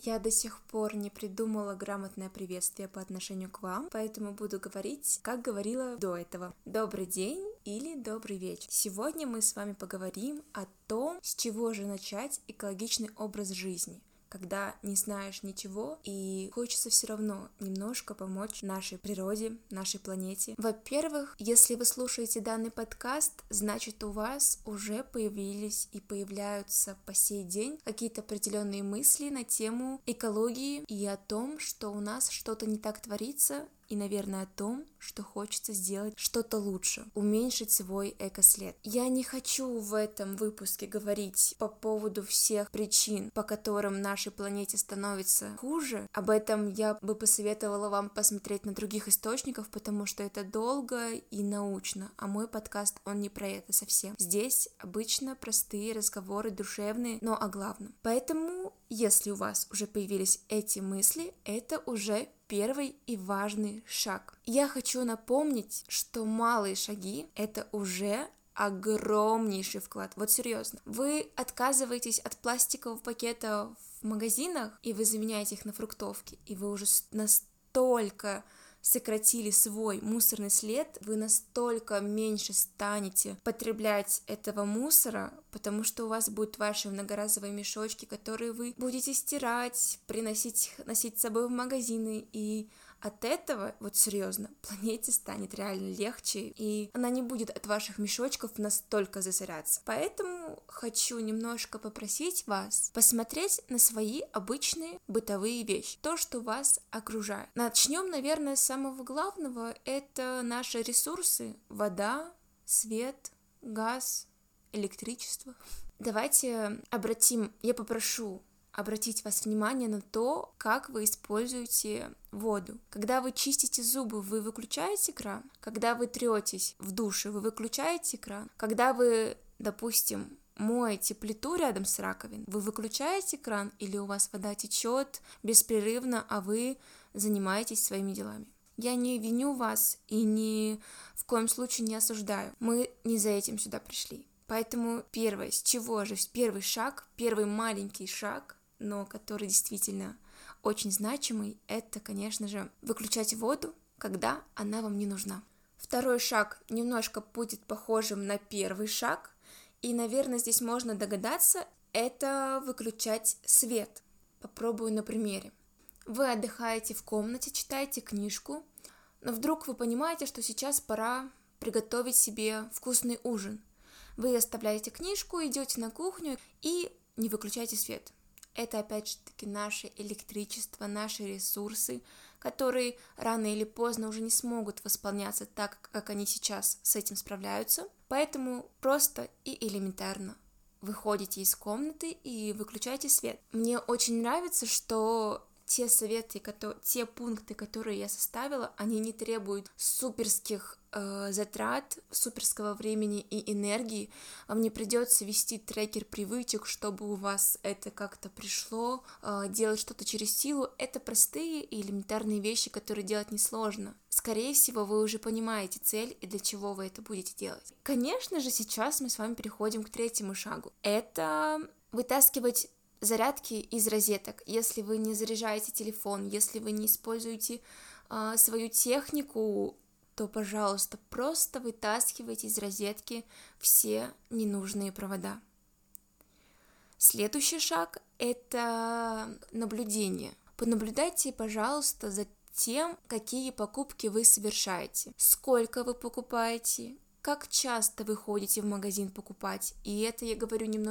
Я до сих пор не придумала грамотное приветствие по отношению к вам, поэтому буду говорить, как говорила до этого. Добрый день или добрый вечер. Сегодня мы с вами поговорим о том, с чего же начать экологичный образ жизни, когда не знаешь ничего и хочется все равно немножко помочь нашей природе, нашей планете. Во-первых, если вы слушаете данный подкаст, значит, у вас уже появились и появляются по сей день какие-то определенные мысли на тему экологии и о том, что у нас что-то не так творится, и, наверное, о том, что хочется сделать что-то лучше, уменьшить свой экослед. Я не хочу в этом выпуске говорить по поводу всех причин, по которым нашей планете становится хуже. Об этом я бы посоветовала вам посмотреть на других источниках, потому что это долго и научно, а мой подкаст, он не про это совсем. Здесь обычно простые разговоры, душевные, но о главном. Поэтому, если у вас уже появились эти мысли, это уже первый и важный шаг. Я хочу напомнить, что малые шаги — это уже огромнейший вклад. Вот серьезно. Вы отказываетесь от пластиковых пакетов в магазинах, и вы заменяете их на фруктовки, и вы уже настолько сократили свой мусорный след, вы настолько меньше станете потреблять этого мусора, потому что у вас будут ваши многоразовые мешочки, которые вы будете стирать, носить с собой в магазины, и от этого, вот серьезно, планете станет реально легче, и она не будет от ваших мешочков настолько засоряться. Поэтому хочу немножко попросить вас посмотреть на свои обычные бытовые вещи, то, что вас окружает. Начнем, наверное, с самого главного, это наши ресурсы: вода, свет, газ, электричество. Давайте я попрошу обратить вас внимание на то, как вы используете воду. Когда вы чистите зубы, вы выключаете кран. Когда вы третесь в душе, вы выключаете кран. Когда вы, допустим, моете плиту рядом с раковиной, вы выключаете кран, или у вас вода течет беспрерывно, а вы занимаетесь своими делами. Я не виню вас и ни в коем случае не осуждаю. Мы не за этим сюда пришли. Поэтому первый шаг, первый маленький шаг, но который действительно очень значимый, это, конечно же, выключать воду, когда она вам не нужна. Второй шаг немножко будет похожим на первый шаг, и, наверное, здесь можно догадаться, это выключать свет. Попробую на примере. Вы отдыхаете в комнате, читаете книжку, но вдруг вы понимаете, что сейчас пора приготовить себе вкусный ужин. Вы оставляете книжку, идете на кухню и не выключаете свет. Это, опять же таки, наше электричество, наши ресурсы, которые рано или поздно уже не смогут восполняться так, как они сейчас с этим справляются. Поэтому просто и элементарно выходите из комнаты и выключаете свет. Мне очень нравится, что те пункты, которые я составила, они не требуют суперских затрат, суперского времени и энергии. Вам не придется вести трекер привычек, чтобы у вас это как-то пришло, делать что-то через силу. Это простые и элементарные вещи, которые делать несложно. Скорее всего, вы уже понимаете цель и для чего вы это будете делать. Конечно же, сейчас мы с вами переходим к третьему шагу. Это вытаскивать зарядки из розеток. Если вы не заряжаете телефон, если вы не используете свою технику, то, пожалуйста, просто вытаскивайте из розетки все ненужные провода. Следующий шаг – это наблюдение. Понаблюдайте, пожалуйста, за тем, какие покупки вы совершаете, сколько вы покупаете, как часто вы ходите в магазин покупать. И это я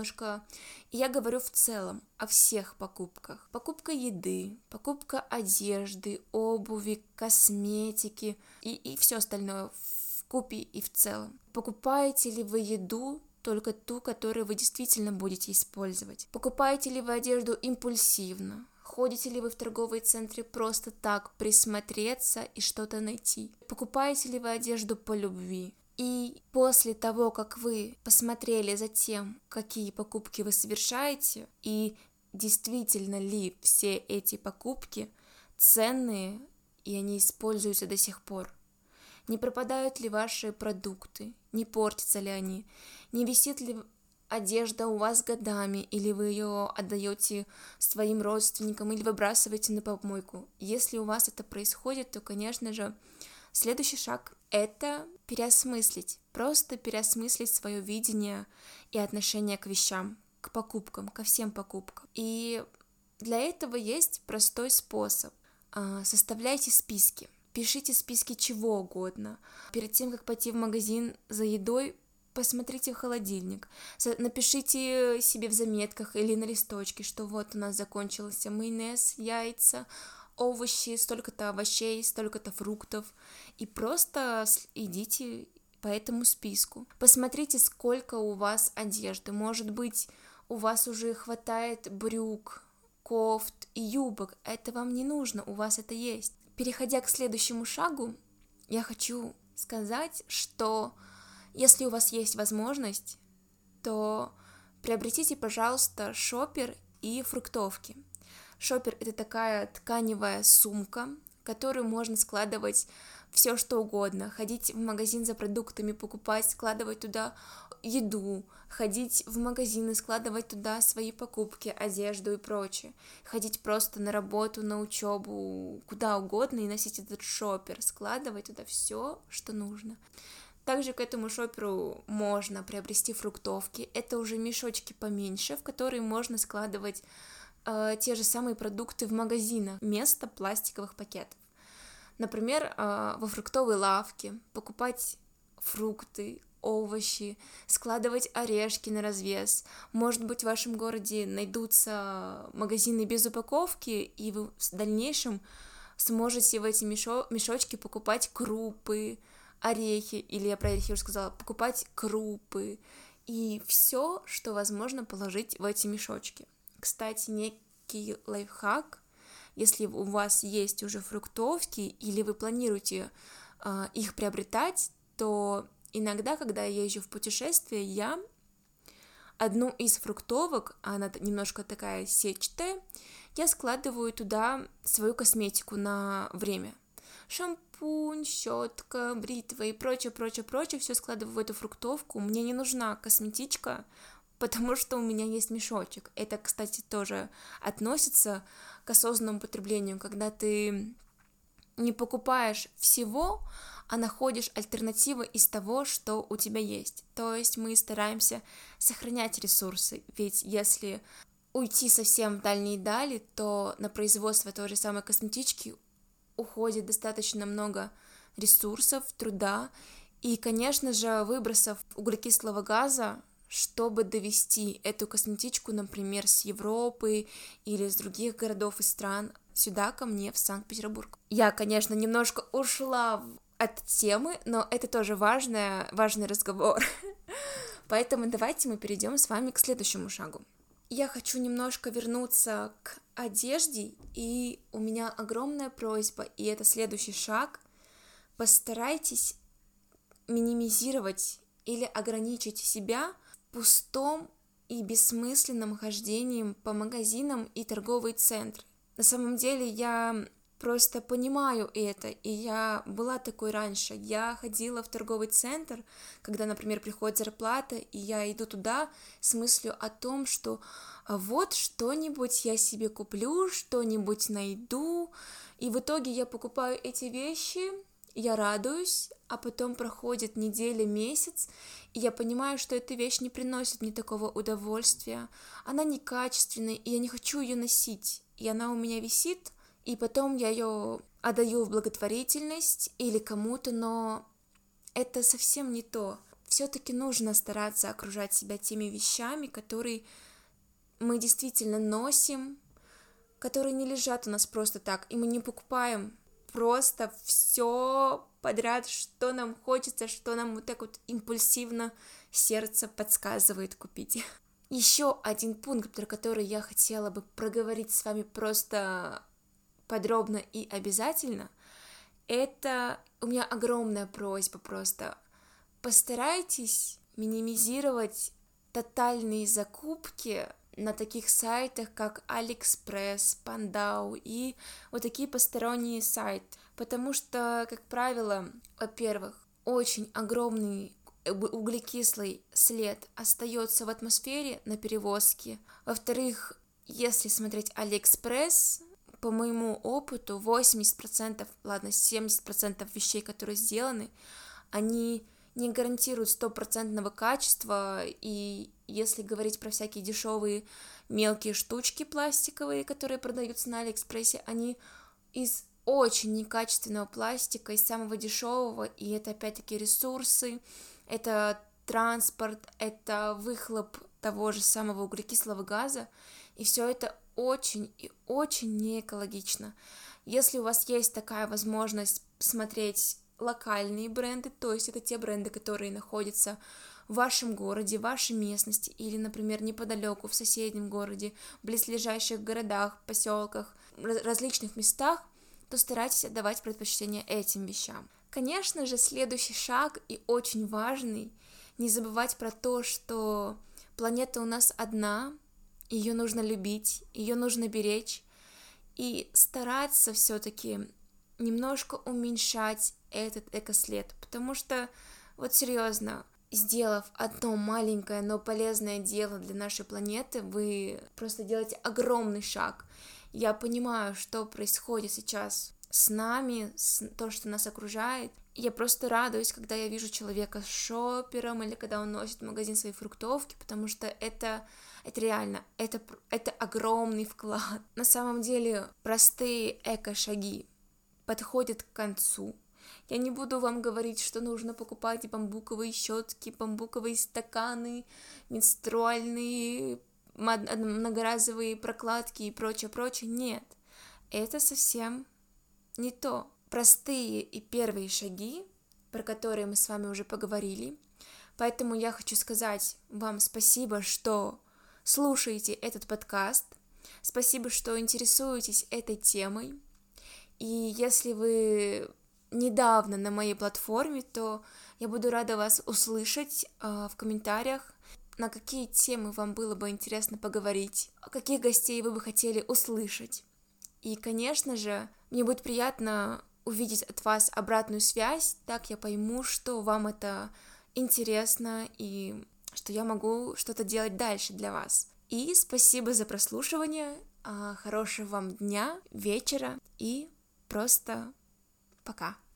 говорю в целом о всех покупках. Покупка еды, покупка одежды, обуви, косметики и все остальное вкупе и в целом. Покупаете ли вы еду только ту, которую вы действительно будете использовать? Покупаете ли вы одежду импульсивно? Ходите ли вы в торговые центры просто так присмотреться и что-то найти? Покупаете ли вы одежду по любви? И после того, как вы посмотрели за тем, какие покупки вы совершаете, и действительно ли все эти покупки ценные, и они используются до сих пор, не пропадают ли ваши продукты, не портятся ли они, не висит ли одежда у вас годами, или вы ее отдаете своим родственникам, или выбрасываете на помойку. Если у вас это происходит, то, конечно же, следующий шаг — это переосмыслить, просто переосмыслить свое видение и отношение к вещам, к покупкам, ко всем покупкам. И для этого есть простой способ. Составляйте списки, пишите списки чего угодно. Перед тем, как пойти в магазин за едой, посмотрите в холодильник, напишите себе в заметках или на листочке, что вот у нас закончился майонез, яйца, овощи, столько-то овощей, столько-то фруктов, и просто идите по этому списку. Посмотрите, сколько у вас одежды. Может быть, у вас уже хватает брюк, кофт и юбок. Это вам не нужно, у вас это есть. Переходя к следующему шагу, я хочу сказать, что если у вас есть возможность, то приобретите, пожалуйста, шоппер и фруктовки. Шоппер — это такая тканевая сумка, в которую можно складывать все что угодно. Ходить в магазин за продуктами, покупать, складывать туда еду, ходить в магазины, складывать туда свои покупки, одежду и прочее. Ходить просто на работу, на учебу, куда угодно и носить этот шоппер, складывать туда все, что нужно. Также к этому шопперу можно приобрести фруктовки. Это уже мешочки поменьше, в которые можно складывать те же самые продукты в магазинах вместо пластиковых пакетов. Например, во фруктовой лавке покупать фрукты, овощи, складывать орешки на развес. Может быть, в вашем городе найдутся магазины без упаковки, и вы в дальнейшем сможете в эти мешочки покупать крупы, орехи, или я про орехи уже сказала, покупать крупы и все, что возможно положить в эти мешочки. Кстати, некий лайфхак: если у вас есть уже фруктовки или вы планируете их приобретать, то иногда, когда я езжу в путешествие, я одну из фруктовок, она немножко такая сетчатая, я складываю туда свою косметику на время. Шампунь, щетка, бритва и прочее, все складываю в эту фруктовку. Мне не нужна косметичка, потому что у меня есть мешочек. Это, кстати, тоже относится к осознанному потреблению, когда ты не покупаешь всего, а находишь альтернативы из того, что у тебя есть. То есть мы стараемся сохранять ресурсы, ведь если уйти совсем в дальние дали, то на производство той же самой косметички уходит достаточно много ресурсов, труда и, конечно же, выбросов углекислого газа, чтобы довести эту косметичку, например, с Европы или с других городов и стран сюда, ко мне, в Санкт-Петербург. Я, конечно, немножко ушла от темы, но это тоже важный разговор. Поэтому давайте мы перейдем с вами к следующему шагу. Я хочу немножко вернуться к одежде, и у меня огромная просьба, и это следующий шаг. Постарайтесь минимизировать или ограничить себя пустом и бессмысленным хождением по магазинам и торговые центры. На самом деле я просто понимаю это, и я была такой раньше. Я ходила в торговый центр, когда, например, приходит зарплата, и я иду туда с мыслью о том, что вот что-нибудь я себе куплю, что-нибудь найду, и в итоге я покупаю эти вещи, я радуюсь, а потом проходит неделя, месяц, и я понимаю, что эта вещь не приносит мне такого удовольствия, она некачественная, и я не хочу ее носить, и она у меня висит, и потом я ее отдаю в благотворительность или кому-то, но это совсем не то. Все-таки нужно стараться окружать себя теми вещами, которые мы действительно носим, которые не лежат у нас просто так, и мы не покупаем просто все подряд, что нам хочется, что нам вот так вот импульсивно сердце подсказывает купить. Еще один пункт, про который я хотела бы проговорить с вами просто подробно и обязательно, это у меня огромная просьба просто. Постарайтесь минимизировать тотальные закупки на таких сайтах, как Алиэкспресс, Пандау и вот такие посторонние сайты, потому что, как правило, во-первых, очень огромный углекислый след остается в атмосфере на перевозке. Во-вторых, если смотреть Алиэкспресс, по моему опыту, 80%, ладно, 70% вещей, которые сделаны, они не гарантируют стопроцентного качества, и если говорить про всякие дешевые мелкие штучки пластиковые, которые продаются на Алиэкспрессе, они из очень некачественного пластика, из самого дешевого, и это опять-таки ресурсы, это транспорт, это выхлоп того же самого углекислого газа, и все это очень и очень неэкологично. Если у вас есть такая возможность смотреть локальные бренды, то есть это те бренды, которые находятся в вашем городе, в вашей местности или, например, неподалеку, в соседнем городе, в близлежащих городах, поселках, различных местах, то старайтесь отдавать предпочтение этим вещам. Конечно же, следующий шаг и очень важный, не забывать про то, что планета у нас одна, ее нужно любить, ее нужно беречь и стараться все-таки немножко уменьшать этот экослед, потому что, вот серьезно, сделав одно маленькое, но полезное дело для нашей планеты, вы просто делаете огромный шаг. Я понимаю, что происходит сейчас с нами, то, что нас окружает. Я просто радуюсь, когда я вижу человека с шопером или когда он носит в магазин свои фруктовки, потому что это реально, это огромный вклад. На самом деле, простые эко-шаги подходят к концу. Я не буду вам говорить, что нужно покупать бамбуковые щетки, бамбуковые стаканы, менструальные, многоразовые прокладки и прочее. Нет, это совсем не то. Простые и первые шаги, про которые мы с вами уже поговорили. Поэтому я хочу сказать вам спасибо, что слушаете этот подкаст. Спасибо, что интересуетесь этой темой. И если вы недавно на моей платформе, то я буду рада вас услышать в комментариях, на какие темы вам было бы интересно поговорить, о каких гостей вы бы хотели услышать. И, конечно же, мне будет приятно увидеть от вас обратную связь, так я пойму, что вам это интересно и что я могу что-то делать дальше для вас. И спасибо за прослушивание, хорошего вам дня, вечера и просто пока.